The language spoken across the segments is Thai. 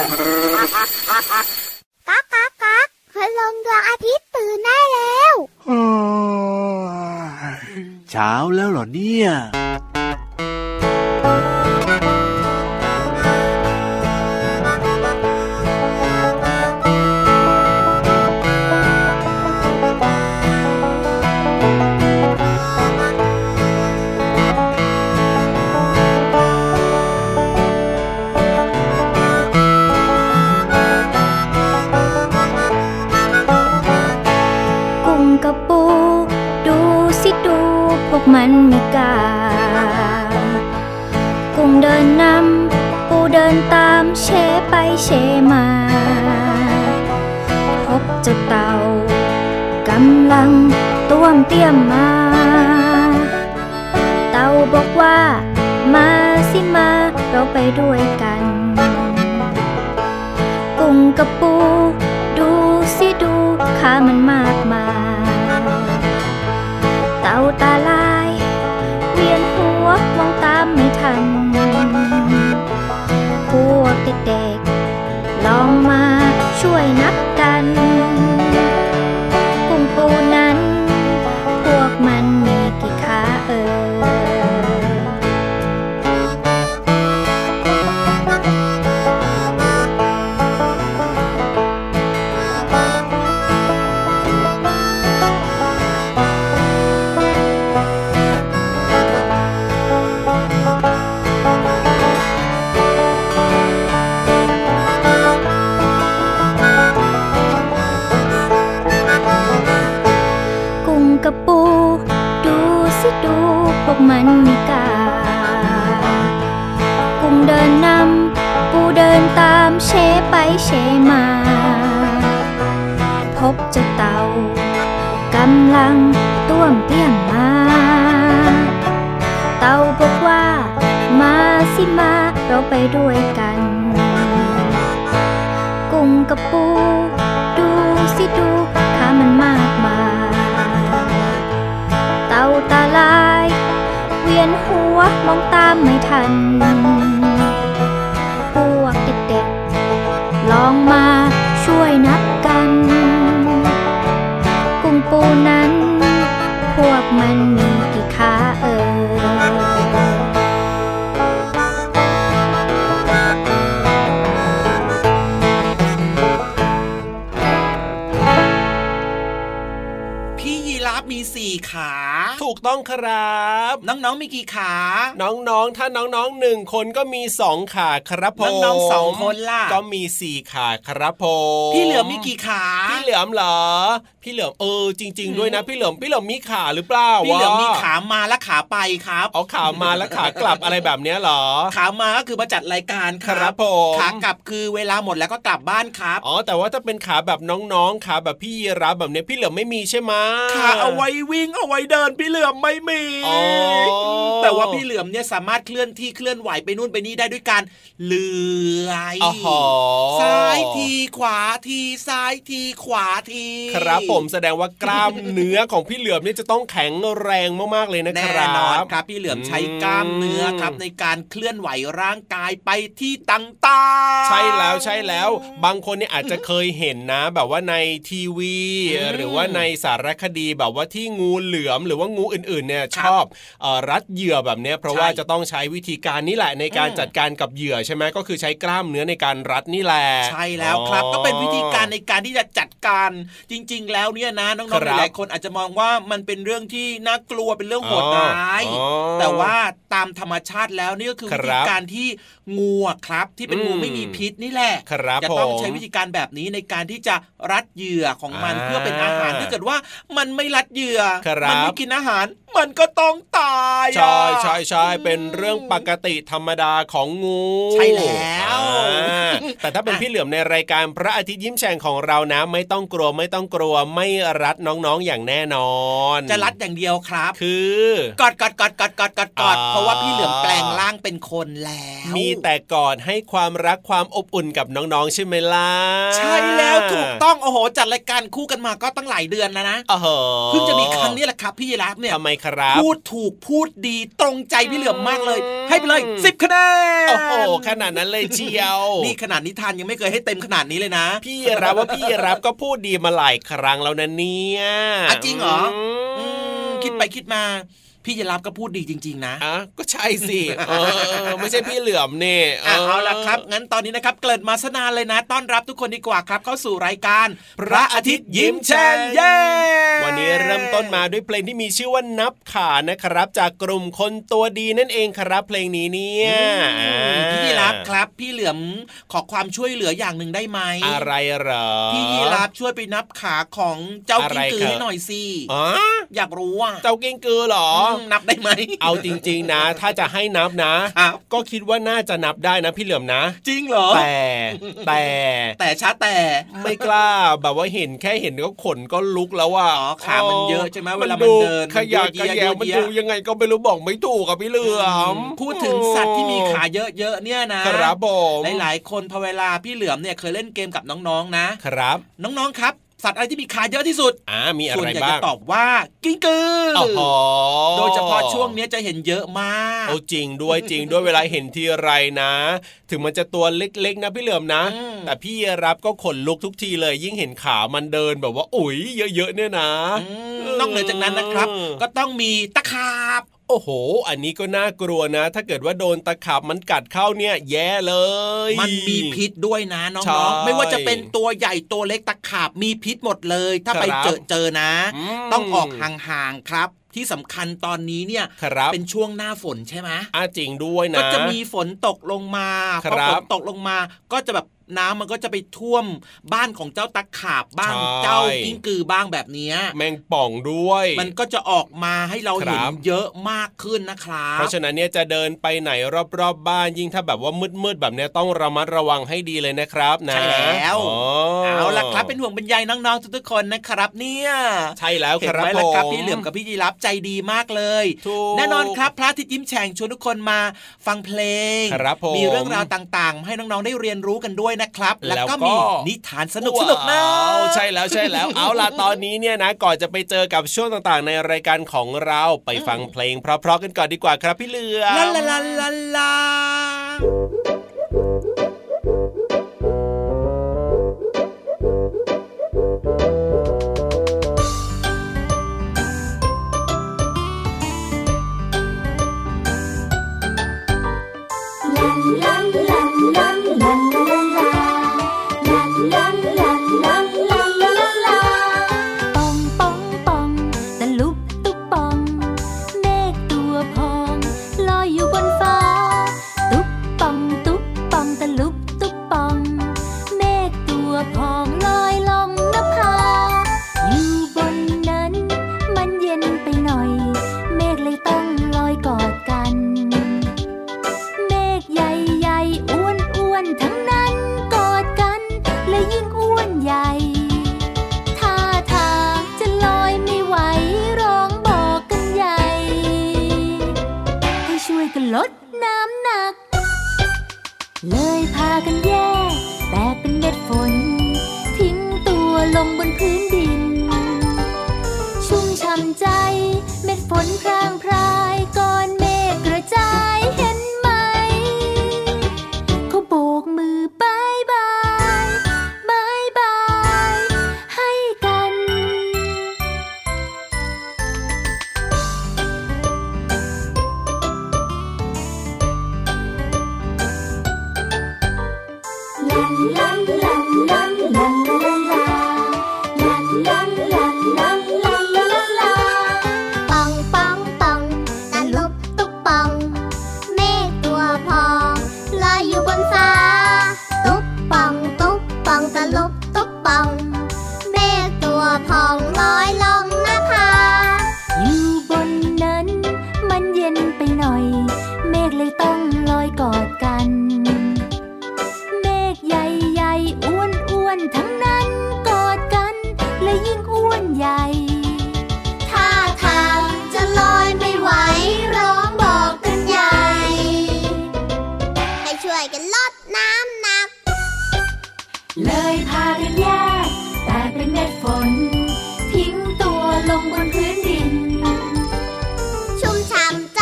ก๊ากก๊ากก๊ากคืลงดวงอาทิตย์ตื่นได้แล้วเช้าแล้วเหรอเนี่ยมันมีกากุ้งเดินนำปูเดินตามเชไปเชมาพบเจ้าเต่ากำลังต้วมเตี้ยมมาเต่าบอกว่ามาสิมาเราไปด้วยกันกุ้งกับปูดูสิดูขามันมากมายเต่าตาลายเวียนหัวมองตามไม่ทันพวกเด็กๆลองมาช่วยนับกันกุ้งปูนั้นพวกมันมีกี่ขากับปูดูสิดูพวกมันมีกากุ้งเดินนำปูเดินตามเชไปเชมาพบเจ้าเต่ากำลังต้วมเตี้ยมมาเต่าบอกว่ามาสิมาเราไปด้วยกันกุ้งกับปูดูสิดูขามันมากมายเต่าตาลายเวียนหัวมองตามไม่ทันพวกเด็กๆลองมาช่วยนับกันกุ้งปูนั้นพวกมันมีกี่ขามี4ขาถูกต้องครับน้องๆมีกี่ขาน้องๆถ้าน้องๆ1คนก็มี2ขาครับผมน้องๆ2คนล่ะก็มี4ขาครับผมพี่เหลือมมีกี่ขาพี่เหลือมเหรอพี่เหลือมจริงๆด้วยนะพี่เหลือมมีขาหรือเปล่าพี่เหลือมมีขามาและขาไปครับเอาขามาและขากลับอะไรแบบนี้เหรอขามาก็คือมาจัดรายการครับผมขากลับคือเวลาหมดแล้วก็กลับบ้านครับแต่ว่าถ้าเป็นขาแบบน้องๆขาแบบพี่ยีราฟแบบนี้พี่เหลือมไม่มีใช่ไหมขาเอาไว้วิ่งเอาไว้เดินพี่เหลือมไม่มีแต่ว่าพี่เหลือมเนี่ยสามารถเคลื่อนที่เคลื่อนไหวไปนู่นไปนี่ได้ด้วยการเลื้อยซ้ายทีขวาทีซ้ายทีขวาทีครับผมแสดงว่ากล้ามเนื้อของพี่เหลือมนี่จะต้องแข็งแรงมากๆเลยนะครับแน่นอนครับพี่เหลือมใช้กล้ามเนื้อครับในการเคลื่อนไหวร่างกายไปที่ต่างๆใช่แล้วบางคนเนี่ยอาจจะเคยเห็นนะแบบว่าในทีวีหรือว่าในสารคดีแบบว่าที่งูเหลือมหรือว่างูอื่นๆเนี่ยชอบรัดเหยื่อแบบนี้เพราะว่าจะต้องใช้วิธีการนี้แหละในการจัดการกับเหยื่อใช่ไหมก็คือใช้กล้ามเนื้อในการรัดนี่แหละใช่แล้วครับก็เป็นวิธีการในการที่จะจัดการจริงๆแล้วเนี่ยนะน้องๆหลายคนอาจจะมองว่ามันเป็นเรื่องที่น่ากลัวเป็นเรื่องโหดร้ายแต่ว่าตามธรรมชาติแล้วนี่ก็คือวิธีการที่งูครับที่เป็นงูไม่มีพิษนี่แหละจะต้องใช้วิธีการแบบนี้ในการที่จะรัดเหยื่อของมันเพื่อเป็นอาหารถ้าเกิดว่ามันไม่รัดเหยื่อมันไม่กินอาหารมันก็ต้องตายใช่เป็นเรื่องปกติธรรมดาของงูใช่แล้วแต่ถ้าเป็นพี่เหลือมในรายการพระอาทิตย์ยิ้มแฉ่งของเรานะไม่ต้องกลัวไม่รัดน้องๆอย่างแน่นอนจะรัดอย่างเดียวครับคือกอดเพราะว่าพี่เหลือมแปลงร่างเป็นคนแล้วมีแต่กอดให้ความรักความอบอุ่นกับน้องๆใช่ไหมล่ะใช่แล้วถูกต้องโอ้โหจัดรายการคู่กันมาก็ตั้งหลายเดือนแล้วนะเพิ่งจะมีครั้งนี้แหละครับพี่ยีราฟเนี่ยทำไมครับพูดถูกพูดดีตรงใจพี่เหลือมมากเลยให้ไปเลย10 คะแนนโอ้โหขนาดนั้นเลยเชียวนี่ขนาดนิทานยังไม่เคยให้เต็มขนาดนี้เลยนะพี่รับว่าพี่รับก็พูดดีมาหลายครั้งแล้วนะเนี่ยจริงเหรอคิดไปคิดมาพี่ยีราฟก็พูดดีจริงๆนะก็ใช่สิไม่ใช่พี่เหลือมเนี่ยเอาล่ะครับงั้นตอนนี้นะครับเกิดมาสนานเลยนะต้อนรับทุกคนดีกว่าครับเข้าสู่รายการพระอาทิตย์ยิ้มแฉ่งเย้วันนี้เริ่มต้นมาด้วยเพลงที่มีชื่อว่านับขานะครับจากกลุ่มคนตัวดีนั่นเองครับเพลงนี้เนี่ยพี่ยีราฟครับพี่เหลือมขอความช่วยเหลืออย่างหนึ่งได้ไหมอะไรเหรอพี่ยีราฟช่วยไปนับขาของเจ้ากิ้งกือให้หน่อยสิอยากรู้ว่าเจ้ากิ้งกือเหรอนับได้ไหมเอาจริงๆนะถ้าจะให้นับนะก็คิดว่าน่าจะนับได้นะพี่เหลือมนะจริงเหรอแต่ช้าแต่ไม่กล้าแบบว่าแค่เห็นก็ขนก็ลุกแล้วว่าขามันเยอะใช่ไหมเวลามันเดินขยักขยแยมันดูยังไงก็ไม่รู้บอกไม่ถูกกับพี่เหลือมพูดถึงสัตว์ที่มีขาเยอะๆเนี่ยนะครับผมหลายๆคนพอเวลาพี่เหลือมเนี่ยเคยเล่นเกมกับน้องๆนะครับน้องๆครับสัตว์อะไรที่มีขาเยอะที่สุดมีอะไรบ้างส่วนใหญ่จะตอบว่ากิ้งกือโดยเฉพาะช่วงนี้จะเห็นเยอะมากจริงด้วยเวลาเห็นทีไรนะถึงมันจะตัวเล็กๆนะพี่เหลือมนะแต่พี่รับก็ขนลุกทุกทีเลยยิ่งเห็นขามันเดินแบบว่าอุ๊ยเยอะๆเนี่ยนะนอกเหนือจากนั้นนะครับก็ต้องมีตะขาบโอ้โหอันนี้ก็น่ากลัวนะถ้าเกิดว่าโดนตะขาบมันกัดเข้าเนี่ยแย่เลยมันมีพิษด้วยนะน้องๆไม่ว่าจะเป็นตัวใหญ่ตัวเล็กตะขาบมีพิษหมดเลยถ้าไปเจอนะต้องออกห่างๆครับที่สำคัญตอนนี้เนี่ยเป็นช่วงหน้าฝนใช่ไหมจริงด้วยนะก็จะมีฝนตกลงมาพอฝนตกลงมาก็จะแบบน้ำมันก็จะไปท่วมบ้านของเจ้าตะขาบบ้างเจ้ากิ้งกือบ้างแบบนี้แมงป่องด้วยมันก็จะออกมาให้เราเห็นเยอะมากขึ้นนะครับเพราะฉะนั้นเนี่ยจะเดินไปไหนรอบๆบ้านยิ่งถ้าแบบว่ามืดๆแบบนี้ต้องระมัดระวังให้ดีเลยนะครับนะใช่แล้วเอาล่ะครับเป็นห่วงเป็นใยน้องๆทุกๆคนนะครับเนี่ยใช่แล้วครับผมพี่เหลือมกับพี่ยีรับใจดีมากเลยแน่นอนครับพระอาทิตย์ยิ้มแฉ่งชวนทุกคนมาฟังเพลงมีเรื่องราวต่างๆให้น้องๆได้เรียนรู้กันด้วยนะครับแล้วก็มีนิทานสนุกนะใช่แล้วเอาล่ะตอนนี้เนี่ยนะก่อนจะไปเจอกับช่วงต่างๆในรายการของเราไปฟังเพลงเพราะๆกันก่อนดีกว่าครับพี่เหลือมลา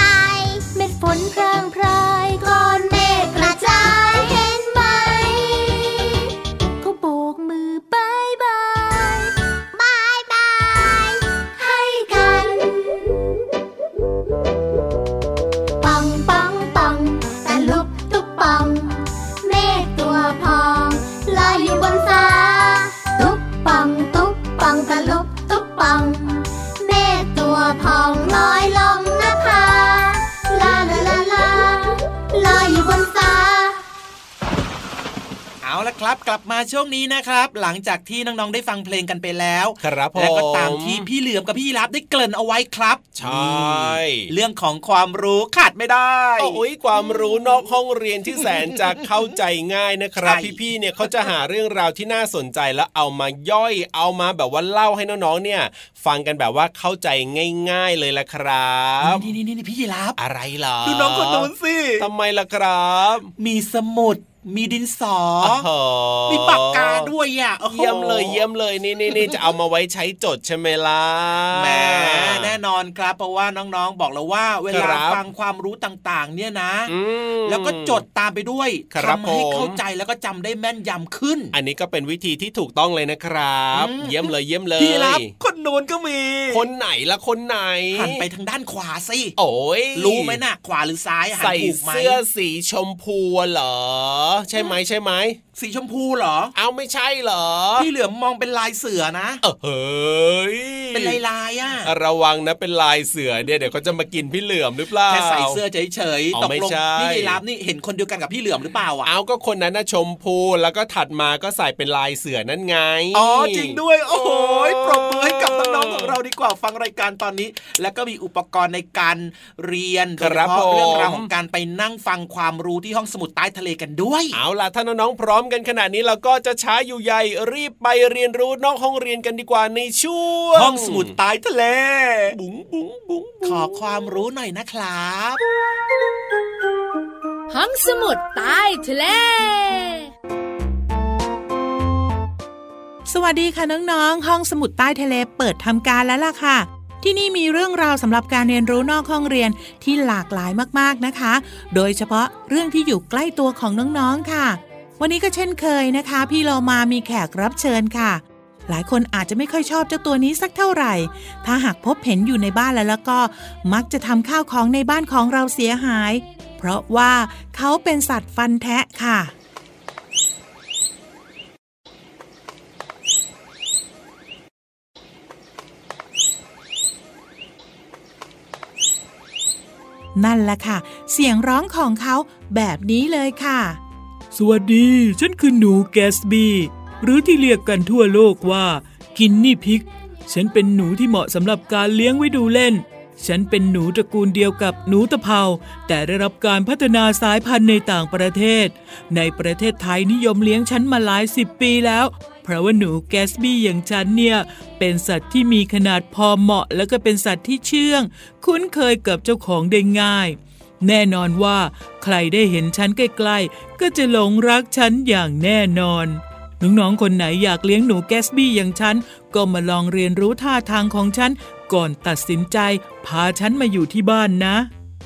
ฝนพรางพรายก้อนเมฆกระจายเห็นไหมเอาละครับกลับมาช่วงนี้นะครับหลังจากที่น้องๆได้ฟังเพลงกันไปแล้วครับผมและก็ตามที่พี่เหลือมกับพี่ยีราฟได้เกริ่นเอาไว้ครับใช่เรื่องของความรู้ขาดไม่ได้โอ้ยความรู้นอกห้องเรียนที่แสนจะเข้าใจง่ายนะครับพี่ๆเนี่ยเขาจะหาเรื่องราวที่น่าสนใจแล้วเอามาย่อยเอามาแบบว่าเล่าให้น้องๆเนี่ยฟังกันแบบว่าเข้าใจง่ายๆเลยละครับนี่พี่ยีราฟอะไรเหรอดูน้องคนนู้นสิทำไมล่ะครับมีสมุดมีดินสอมีปากกาด้วยอ่ะเยี่ยมเลยนี่จะเอามาไว้ใช้จดใช่ไหมล่ะแหมแน่นอนครับเพราะว่าน้องๆบอกแล้วว่าเวลาฟังความรู้ต่างๆเนี่ยนะแล้วก็จดตามไปด้วยทำให้เข้าใจแล้วก็จำได้แม่นยำขึ้นอันนี้ก็เป็นวิธีที่ถูกต้องเลยนะครับเยี่ยมเลยพี่รับคนนู้นก็มีคนไหนละคนไหนหันไปทางด้านขวาสิโอ้ยรู้ไหมน่ะขวาหรือซ้ายหันถูกไหมใส่เสื้อสีชมพูเหรอใช่ไหมสีชมพูเหรอเอาไม่ใช่เหรอพี่เหลือมมองเป็นลายเสือนะเฮ้ยเป็นลายอ่ะระวังนะเป็นลายเสือเดี๋ยวเขาจะมากินพี่เหลือมหรือเปล่าแค่ใส่เสื้อเฉยๆตกลงพี่ยีราฟนี่เห็นคนเดียวกันกับพี่เหลือมหรือเปล่าอ่ะเอาก็คนนั้นน่ะชมพูแล้วก็ถัดมาก็ใส่เป็นลายเสือนั่นไงอ๋อจริงด้วยโอ้โหปรบมือให้กับน้องๆของเราดีกว่าฟังรายการตอนนี้แล้วก็มีอุปกรณ์ในการเรียนโดยเฉพาะเรื่องราวของการไปนั่งฟังความรู้ที่ห้องสมุดใต้ทะเลกันด้วยเอาล่ะถ้าน้องๆพร้อมกันขนาดนี้เราก็จะช้าอยู่ใหญ่รีบไปเรียนรู้นอกห้องเรียนกันดีกว่าในช่วงห้องสมุดใต้ทะเลบุ๋งบุ๋งบุ๋งขอความรู้หน่อยนะครับห้องสมุดใต้ทะเลสวัสดีค่ะน้องๆห้องสมุดใต้ทะเลเปิดทำการแล้วล่ะค่ะที่นี่มีเรื่องราวสำหรับการเรียนรู้นอกห้องเรียนที่หลากหลายมากๆนะคะโดยเฉพาะเรื่องที่อยู่ใกล้ตัวของน้องๆค่ะวันนี้ก็เช่นเคยนะคะพี่โลมามีแขกรับเชิญค่ะหลายคนอาจจะไม่ค่อยชอบเจ้าตัวนี้สักเท่าไหร่ถ้าหากพบเห็นอยู่ในบ้านแล้วก็มักจะทำข้าวของในบ้านของเราเสียหายเพราะว่าเขาเป็นสัตว์ฟันแทะค่ะนั่นแหละค่ะเสียงร้องของเขาแบบนี้เลยค่ะสวัสดีฉันคือหนูแกสบี้หรือที่เรียกกันทั่วโลกว่ากินนี่พิกฉันเป็นหนูที่เหมาะสำหรับการเลี้ยงไว้ดูเล่นฉันเป็นหนูตระกูลเดียวกับหนูตะเภาแต่ได้รับการพัฒนาสายพันธุ์ในต่างประเทศในประเทศไทยนิยมเลี้ยงฉันมาหลาย10 ปีแล้วเพราะว่าหนูแกสบี้อย่างฉันเนี่ยเป็นสัตว์ที่มีขนาดพอเหมาะแล้วก็เป็นสัตว์ที่เชื่องคุ้นเคยกับเจ้าของได้ง่ายแน่นอนว่าใครได้เห็นฉันใกล้ๆก็จะหลงรักฉันอย่างแน่นอนน้องๆคนไหนอยากเลี้ยงหนูแกสบี้อย่างฉันก็มาลองเรียนรู้ท่าทางของฉันก่อนตัดสินใจพาฉันมาอยู่ที่บ้านนะ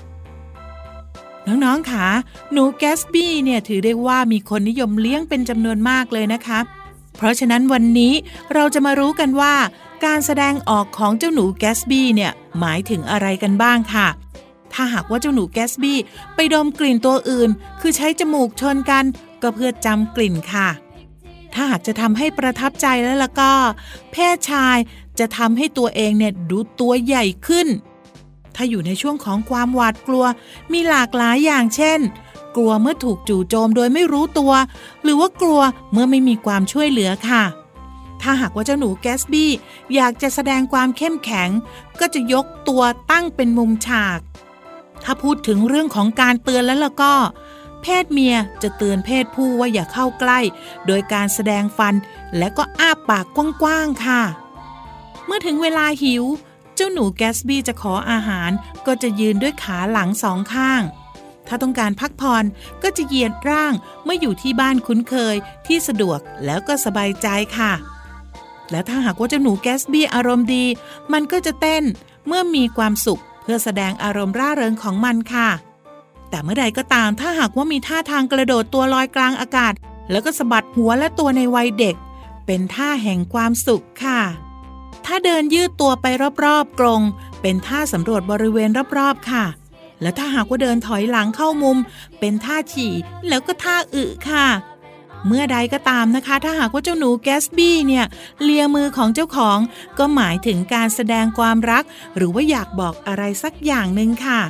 น้องๆค่ะหนูแกสบี้เนี่ยถือได้ว่ามีคนนิยมเลี้ยงเป็นจำนวนมากเลยนะคะเพราะฉะนั้นวันนี้เราจะมารู้กันว่าการแสดงออกของเจ้าหนูแกสบี้เนี่ยหมายถึงอะไรกันบ้างค่ะถ้าหากว่าเจ้าหนูแกสบี้ไปดมกลิ่นตัวอื่นคือใช้จมูกชนกันก็เพื่อจำกลิ่นค่ะถ้าหากจะทำให้ประทับใจแล้วก็เพศชายจะทำให้ตัวเองเนี่ยดูตัวใหญ่ขึ้นถ้าอยู่ในช่วงของความหวาดกลัวมีหลากหลายอย่างเช่นกลัวเมื่อถูกจู่โจมโดยไม่รู้ตัวหรือว่ากลัวเมื่อไม่มีความช่วยเหลือค่ะถ้าหากว่าเจ้าหนูแกสบี้อยากจะแสดงความเข้มแข็งก็จะยกตัวตั้งเป็นมุมฉากถ้าพูดถึงเรื่องของการเตือนแล้วก็เพศเมียจะเตือนเพศผู้ว่าอย่าเข้าใกล้โดยการแสดงฟันและก็อ้าปากกว้างๆค่ะเมื่อถึงเวลาหิวเจ้าหนูแกสบี้จะขออาหารก็จะยืนด้วยขาหลังสองข้างถ้าต้องการพักผ่อนก็จะเหยียดร่างเมื่ออยู่ที่บ้านคุ้นเคยที่สะดวกแล้วก็สบายใจค่ะและถ้าหากว่าเจ้าหนูแกสบี้อารมณ์ดีมันก็จะเต้นเมื่อมีความสุขเพื่อแสดงอารมณ์ร่าเริงของมันค่ะแต่เมื่อใดก็ตามถ้าหากว่ามีท่าทางกระโดดตัวลอยกลางอากาศแล้วก็สะบัดหัวและตัวในวัยเด็กเป็นท่าแห่งความสุขค่ะถ้าเดินยืดตัวไปรอบๆกรงเป็นท่าสำรวจบริเวณรอบๆค่ะและถ้าหากว่าเดินถอยหลังเข้ามุมเป็นท่าฉี่แล้วก็ท่าอึค่ะเมื่อใดก็ตามนะคะถ้าหากว่าเจ้าหนูแกสบี้เนี่ยเลียมือของเจ้าของก็หมายถึงการแสดงความรักหรือว่าอยากบอกอะไรสักอย่างนึงค่ะ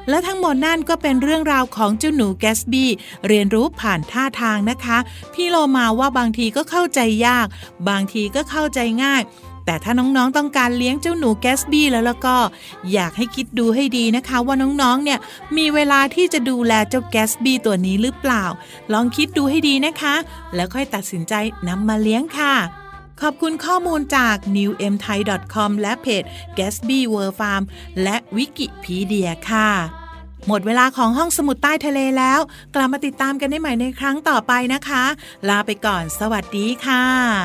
และทั้งหมดนั่นก็เป็นเรื่องราวของเจ้าหนูแกสบี้เรียนรู้ผ่านท่าทางนะคะพี่โลมาว่าบางทีก็เข้าใจยากบางทีก็เข้าใจง่ายแต่ถ้าน้องๆต้องการเลี้ยงเจ้าหนูแกสบี้แล้วก็อยากให้คิดดูให้ดีนะคะว่าน้องๆเนี่ยมีเวลาที่จะดูแลเจ้าแกสบี้ตัวนี้หรือเปล่าลองคิดดูให้ดีนะคะแล้วค่อยตัดสินใจนำมาเลี้ยงค่ะขอบคุณข้อมูลจาก newmthai.com และเพจ Gatsby World Farm และวิกิพีเดียค่ะหมดเวลาของห้องสมุดใต้ทะเลแล้วกลับมาติดตามกันได้ใหม่ในครั้งต่อไปนะคะลาไปก่อนสวัสดีค่ะ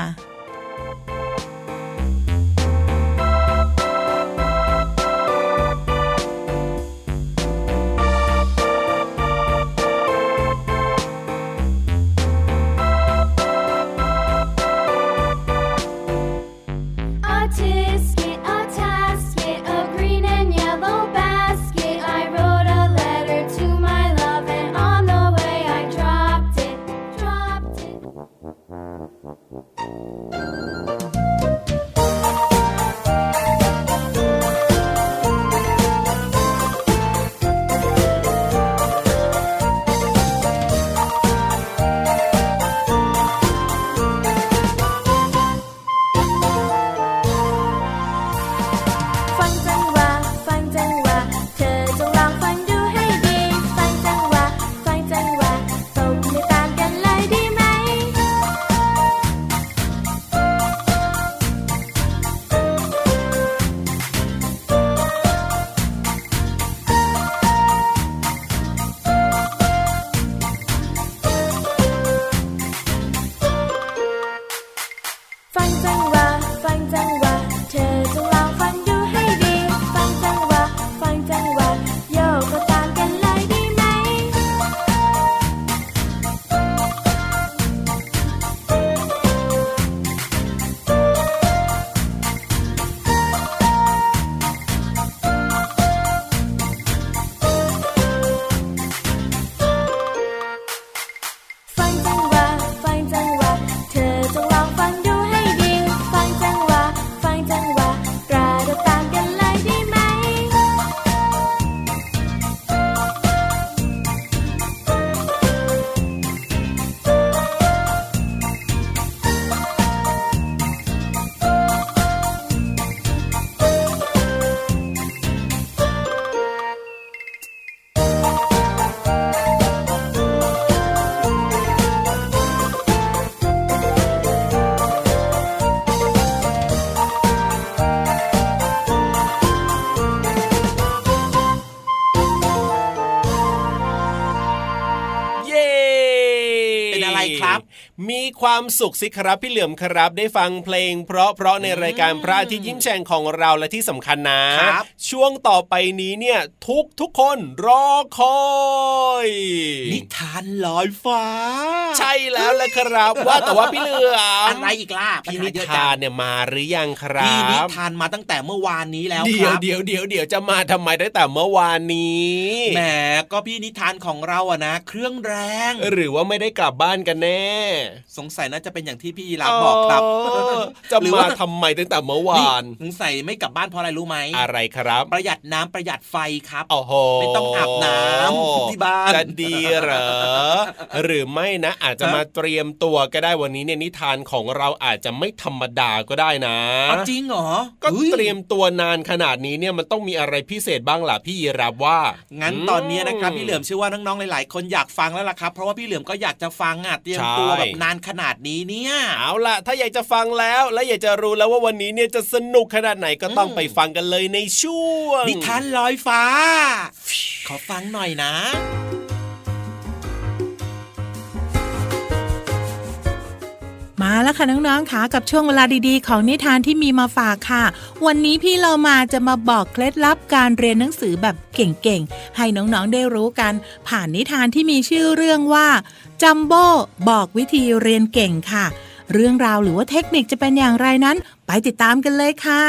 มีความสุขสิครับพี่เหลือมครับได้ฟังเพลงเพราะในรายการพระอาทิตย์ยิ้มแฉ่งของเราและที่สำคัญนะช่วงต่อไปนี้เนี่ยทุกคนรอคอยนิทานลอยฟ้าใช่แล้วแหละครับว่าแต่ว่าพี่เหลือมอะไรอีกล่ะพี่นิทานเนี่ยมาหรือยังครับพี่นิทานมาตั้งแต่เมื่อวานนี้แล้วครับเดี๋ยวจะมาทำไมตั้งแต่เมื่อวานนี้แหมก็พี่นิทานของเราอะนะเครื่องแรงหรือว่าไม่ได้กลับบ้านกันแน่สงสัยน่าจะเป็นอย่างที่พี่ยีราฟบอกครับจะมาทำไมตั้งแต่เมื่อวานสงสัยไม่กลับบ้านเพราะอะไรรู้ไหมอะไรครับประหยัดน้ำประหยัดไฟครับโอ้โหไม่ต้องอาบน้ำที่บ้านจะดีเหรอหรือไม่นะอาจจะมาเตรียมตัวก็ได้วันนี้เนี่ยนิทานของเราอาจจะไม่ธรรมดาก็ได้นะจริงเหรอก็เตรียมตัวนานขนาดนี้เนี่ยมันต้องมีอะไรพิเศษบ้างล่ะพี่ยีราฟว่างั้นตอนนี้นะครับพี่เหลือมเชื่อว่าน้องๆหลายๆคนอยากฟังแล้วล่ะครับเพราะว่าพี่เหลือมก็อยากจะฟังเตรียมตัวแบบนานขนาดนี้เนี่ยเอาล่ะถ้าอยากจะฟังแล้วและอยากจะรู้แล้วว่าวันนี้เนี่ยจะสนุกขนาดไหนก็ต้องไปฟังกันเลยในช่วงนิทานลอยฟ้าขอฟังหน่อยนะมาแล้วค่ะน้องๆค่ะกับช่วงเวลาดีๆของนิทานที่มีมาฝากค่ะวันนี้พี่เรามาจะมาบอกเคล็ดลับการเรียนหนังสือแบบเก่งๆให้น้องๆได้รู้กันผ่านนิทานที่มีชื่อเรื่องว่าจัมโบ้บอกวิธีเรียนเก่งค่ะเรื่องราวหรือว่าเทคนิคจะเป็นอย่างไรนั้นไปติดตามกันเลยค่ะ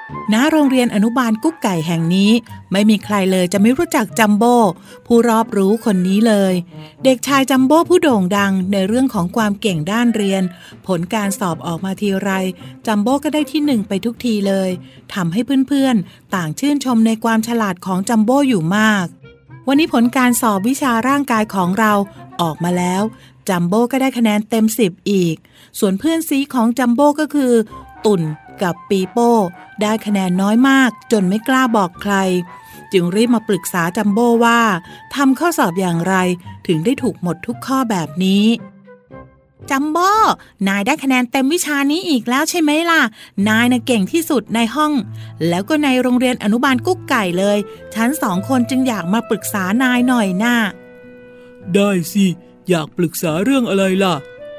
ณโรงเรียนอนุบาลกุ๊กไก่แห่งนี้ไม่มีใครเลยจะไม่รู้จักจัมโบ้ผู้รอบรู้คนนี้เลยเด็กชายจัมโบ้ผู้โด่งดังในเรื่องของความเก่งด้านเรียนผลการสอบออกมาทีไรจัมโบ้ก็ได้ที่1ไปทุกทีเลยทำให้เพื่อนๆต่างชื่นชมในความฉลาดของจัมโบ้อยู่มากวันนี้ผลการสอบวิชาร่างกายของเราออกมาแล้วจัมโบ้ก็ได้คะแนนเต็ม10อีกส่วนเพื่อนซีของจัมโบ้ก็คือตุ่นกับปีโป้ได้คะแนนน้อยมากจนไม่กล้าบอกใครจึงรีบมาปรึกษาจัมโบ้ว่าทำข้อสอบอย่างไรถึงได้ถูกหมดทุกข้อแบบนี้จัมโบ้นายได้คะแนนเต็มวิชานี้อีกแล้วใช่ไหมล่ะนายน่ะเก่งที่สุดในห้องแล้วก็ในโรงเรียนอนุบาลกุ๊กไก่เลยฉัน2 คนจึงอยากมาปรึกษานายหน่อยน่ะได้สิอยากปรึกษาเรื่องอะไรล่ะ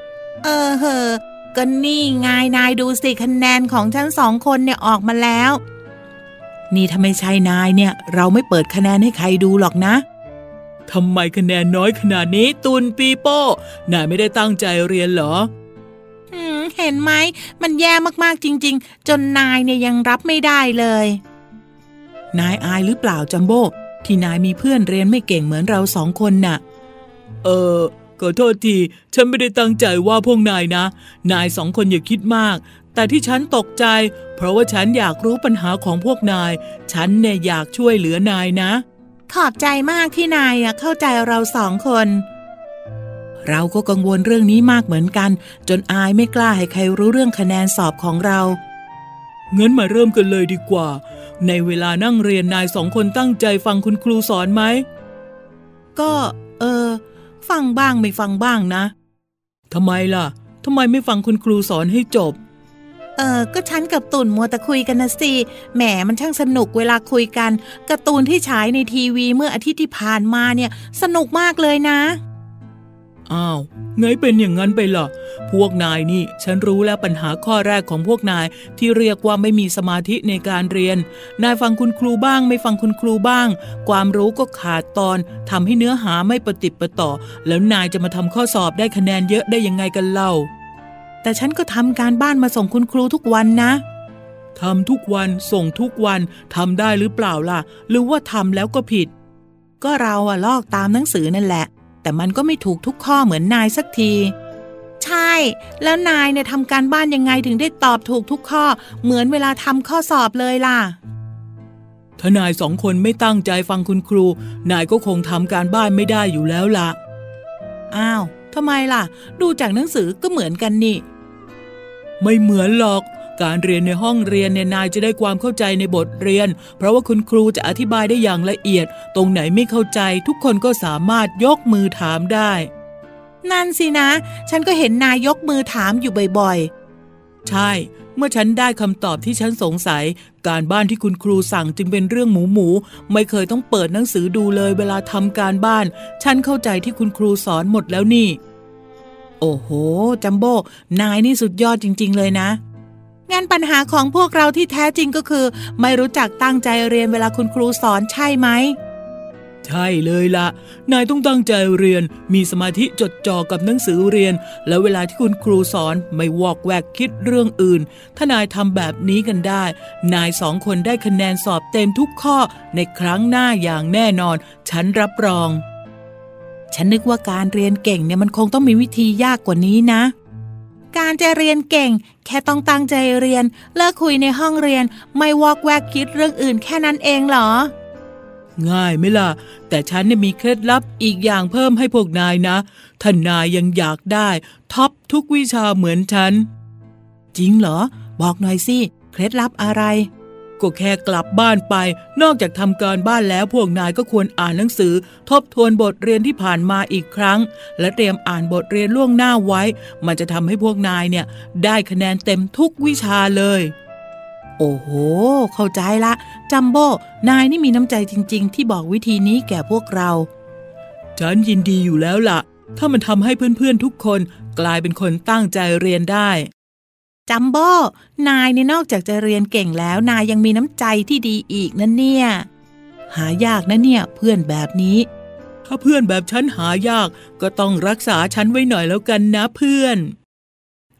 ก็นี่ไงนายดูสิคะแนนของฉัน2 คนเนี่ยออกมาแล้วนี่ถ้าไม่ใช่นายเนี่ยเราไม่เปิดคะแนนให้ใครดูหรอกนะทำไมคะแนนน้อยขนาดนี้ตุนปีโป้นายไม่ได้ตั้งใจเรียนเหรอเห็นไหมมันแย่มากๆจริงๆจนนายเนี่ยยังรับไม่ได้เลยนายอายหรือเปล่าจัมโบ้ที่นายมีเพื่อนเรียนไม่เก่งเหมือนเรา2 คนน่ะขอโทษทีฉันไม่ได้ตั้งใจว่าพวกนายนะนาย2 คนอย่าคิดมากแต่ที่ฉันตกใจเพราะว่าฉันอยากรู้ปัญหาของพวกนายฉันเนี่ยอยากช่วยเหลือนายนะขอบใจมากที่นายเข้าใจเรา2 คนเราก็กังวลเรื่องนี้มากเหมือนกันจนอายไม่กล้าให้ใครรู้เรื่องคะแนนสอบของเรางั้นมาเริ่มกันเลยดีกว่าในเวลานั่งเรียนนาย2 คนตั้งใจฟังคุณครูสอนไหมก็ฟังบ้างไม่ฟังบ้างนะทำไมล่ะทำไมไม่ฟังคุณครูสอนให้จบก็ฉันกับตุ่นมัวแต่คุยกันนะสิแหมมันช่างสนุกเวลาคุยกันการ์ตูนที่ฉายในทีวีเมื่ออาทิตย์ที่ผ่านมาเนี่ยสนุกมากเลยนะอ้าวไงเป็นอย่างนั้นไปล่ะพวกนายนี่ฉันรู้แล้วปัญหาข้อแรกของพวกนายที่เรียกว่าไม่มีสมาธิในการเรียนนายฟังคุณครูบ้างไม่ฟังคุณครูบ้างความรู้ก็ขาดตอนทำให้เนื้อหาไม่ประติดประต่อแล้วนายจะมาทำข้อสอบได้คะแนนเยอะได้ยังไงกันเล่าแต่ฉันก็ทำการบ้านมาส่งคุณครูทุกวันนะทำทุกวันส่งทุกวันทำได้หรือเปล่าล่ะหรือว่าทำแล้วก็ผิดก็เราลอกตามหนังสือนั่นแหละแต่มันก็ไม่ถูกทุกข้อเหมือนนายสักทีใช่แล้วนายเนี่ยทำการบ้านยังไงถึงได้ตอบถูกทุกข้อเหมือนเวลาทำข้อสอบเลยล่ะถ้านาย2 คนไม่ตั้งใจฟังคุณครูนายก็คงทำการบ้านไม่ได้อยู่แล้วล่ะอ้าวทำไมล่ะดูจากหนังสือก็เหมือนกันนี่ไม่เหมือนหรอกการเรียนในห้องเรียนเนี่ยนายจะได้ความเข้าใจในบทเรียนเพราะว่าคุณครูจะอธิบายได้อย่างละเอียดตรงไหนไม่เข้าใจทุกคนก็สามารถยกมือถามได้นั่นสินะฉันก็เห็นนายยกมือถามอยู่บ่อยๆใช่เมื่อฉันได้คำตอบที่ฉันสงสัยการบ้านที่คุณครูสั่งจึงเป็นเรื่องหมูไม่เคยต้องเปิดหนังสือดูเลยเวลาทำการบ้านฉันเข้าใจที่คุณครูสอนหมดแล้วนี่โอ้โหจัมโบ้นายนี่สุดยอดจริงๆเลยนะงั้นปัญหาของพวกเราที่แท้จริงก็คือไม่รู้จักตั้งใจเรียนเวลาคุณครูสอนใช่ไหมใช่เลยล่ะนายต้องตั้งใจเรียนมีสมาธิจดจ่อกับหนังสือเรียนแล้วเวลาที่คุณครูสอนไม่วอกแวกคิดเรื่องอื่นถ้านายทำแบบนี้กันได้นาย2 คนได้คะแนนสอบเต็มทุกข้อในครั้งหน้าอย่างแน่นอนฉันรับรองฉันนึกว่าการเรียนเก่งเนี่ยมันคงต้องมีวิธียากกว่านี้นะการจะเรียนเก่งแค่ต้องตั้งใจเรียนเลิกคุยในห้องเรียนไม่วอกแวกคิดเรื่องอื่นแค่นั้นเองเหรอง่ายไหมล่ะแต่ฉันเนี่ยมีเคล็ดลับอีกอย่างเพิ่มให้พวกนายนะถ้านายยังอยากได้ท็อปทุกวิชาเหมือนฉันจริงเหรอบอกหน่อยสิเคล็ดลับอะไรก็แค่กลับบ้านไปนอกจากทำการบ้านแล้วพวกนายก็ควรอ่านหนังสือทบทวนบทเรียนที่ผ่านมาอีกครั้งและเตรียมอ่านบทเรียนล่วงหน้าไว้มันจะทำให้พวกนายเนี่ยได้คะแนนเต็มทุกวิชาเลยโอ้โหเข้าใจละจัมโบ้นายนี่มีน้ำใจจริงๆที่บอกวิธีนี้แก่พวกเราฉันยินดีอยู่แล้วล่ะถ้ามันทำให้เพื่อนๆทุกคนกลายเป็นคนตั้งใจเรียนได้จัมโบ้นายเนี่ยนอกจากจะเรียนเก่งแล้วนายยังมีน้ำใจที่ดีอีกนั่นเนี่ยหายากนะเนี่ยเพื่อนแบบนี้ถ้าเพื่อนแบบฉันหายากก็ต้องรักษาฉันไว้หน่อยแล้วกันนะเพื่อน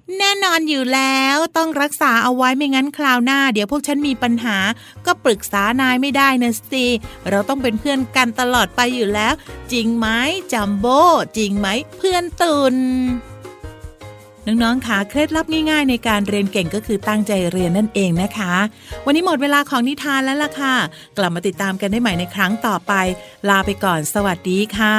แน่นอนอยู่แล้วต้องรักษาเอาไว้ไม่งั้นคราวหน้าเดี๋ยวพวกฉันมีปัญหาก็ปรึกษานายไม่ได้นะสิเราต้องเป็นเพื่อนกันตลอดไปอยู่แล้วจริงไหมจัมโบ้จริงไหมเพื่อนตุลน้องๆค่ะเคล็ดลับง่ายๆในการเรียนเก่งก็คือตั้งใจเรียนนั่นเองนะคะวันนี้หมดเวลาของนิทานแล้วล่ะค่ะกลับมาติดตามกันได้ใหม่ในครั้งต่อไปลาไปก่อนสวัสดีค่ะ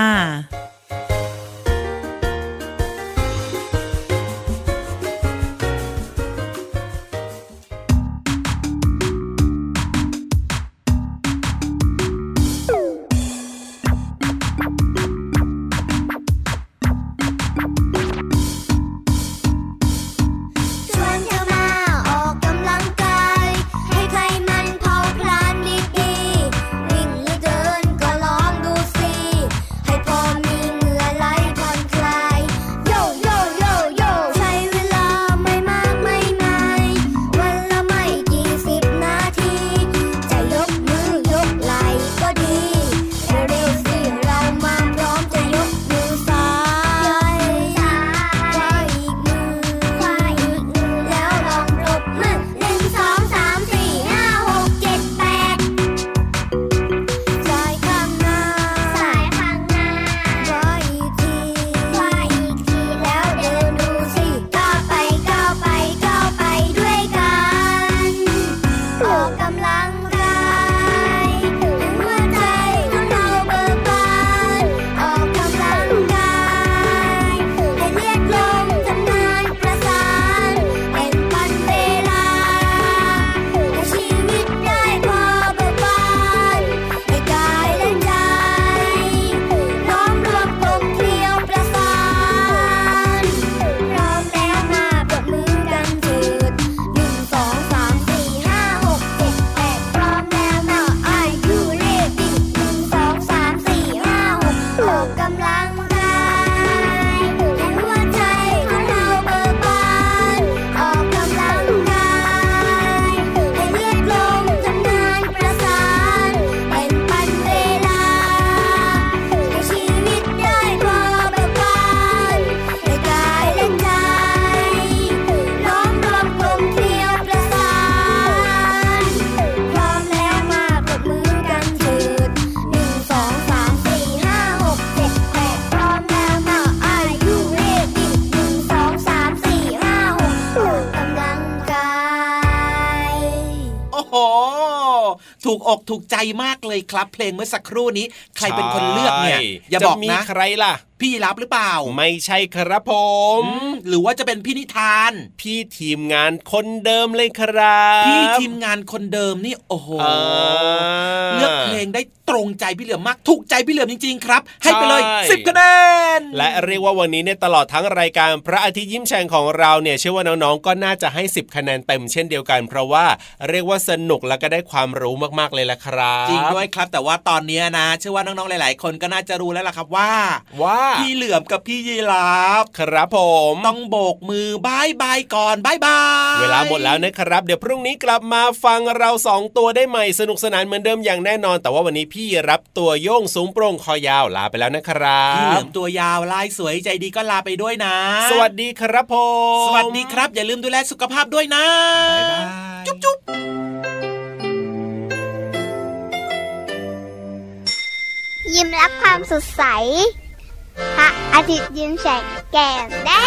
ถูกอกถูกใจมากเลยครับเพลงเมื่อสักครู่นี้ใครเป็นคนเลือกเนี่ยอย่าบอกนะใครล่ะพี่รับหรือเปล่าไม่ใช่ครับผมหรือว่าจะเป็นพี่นิทานพี่ทีมงานคนเดิมเลยครับพี่ทีมงานคนเดิมนี่โอ้โหเลือกเพลงได้ตรงใจพี่เหลือมมากถูกใจพี่เหลือมจริงๆครับให้ไปเลย10คะแนนและเรียกว่าวันนี้เนี่ยตลอดทั้งรายการพระอาทิตย์ยิ้มแฉ่งของเราเนี่ยเชื่อว่าน้องๆก็น่าจะให้10คะแนนเต็มเช่นเดียวกันเพราะว่าเรียกว่าสนุกและก็ได้ความรู้มากๆเลยล่ะครับจริงด้วยครับแต่ว่าตอนนี้นะเชื่อว่าน้องๆหลายๆคนก็น่าจะรู้แล้วล่ะครับว่าพี่เหลือมกับพี่ยีราฟครับผมต้องโบกมือบายบายก่อนบายบายเวลาหมดแล้วนะครับเดี๋ยวพรุ่งนี้กลับมาฟังเรา2ตัวได้ใหม่สนุกสนานเหมือนเดิมอย่างแน่นอนแต่ว่าวันนี้พี่รับตัวโยงสูงโปร่งคอยาวลาไปแล้วนะครับพี่เหลือมตัวยาวลายสวยใจดีก็ลาไปด้วยนะสวัสดีครับผมสวัสดีครับอย่าลืมดูแลสุขภาพด้วยนะบ๊ายบายจุ๊บจุ๊บยิ้มรับความสดใสพระอาทิตย์ยิ้มแฉกแก้มแด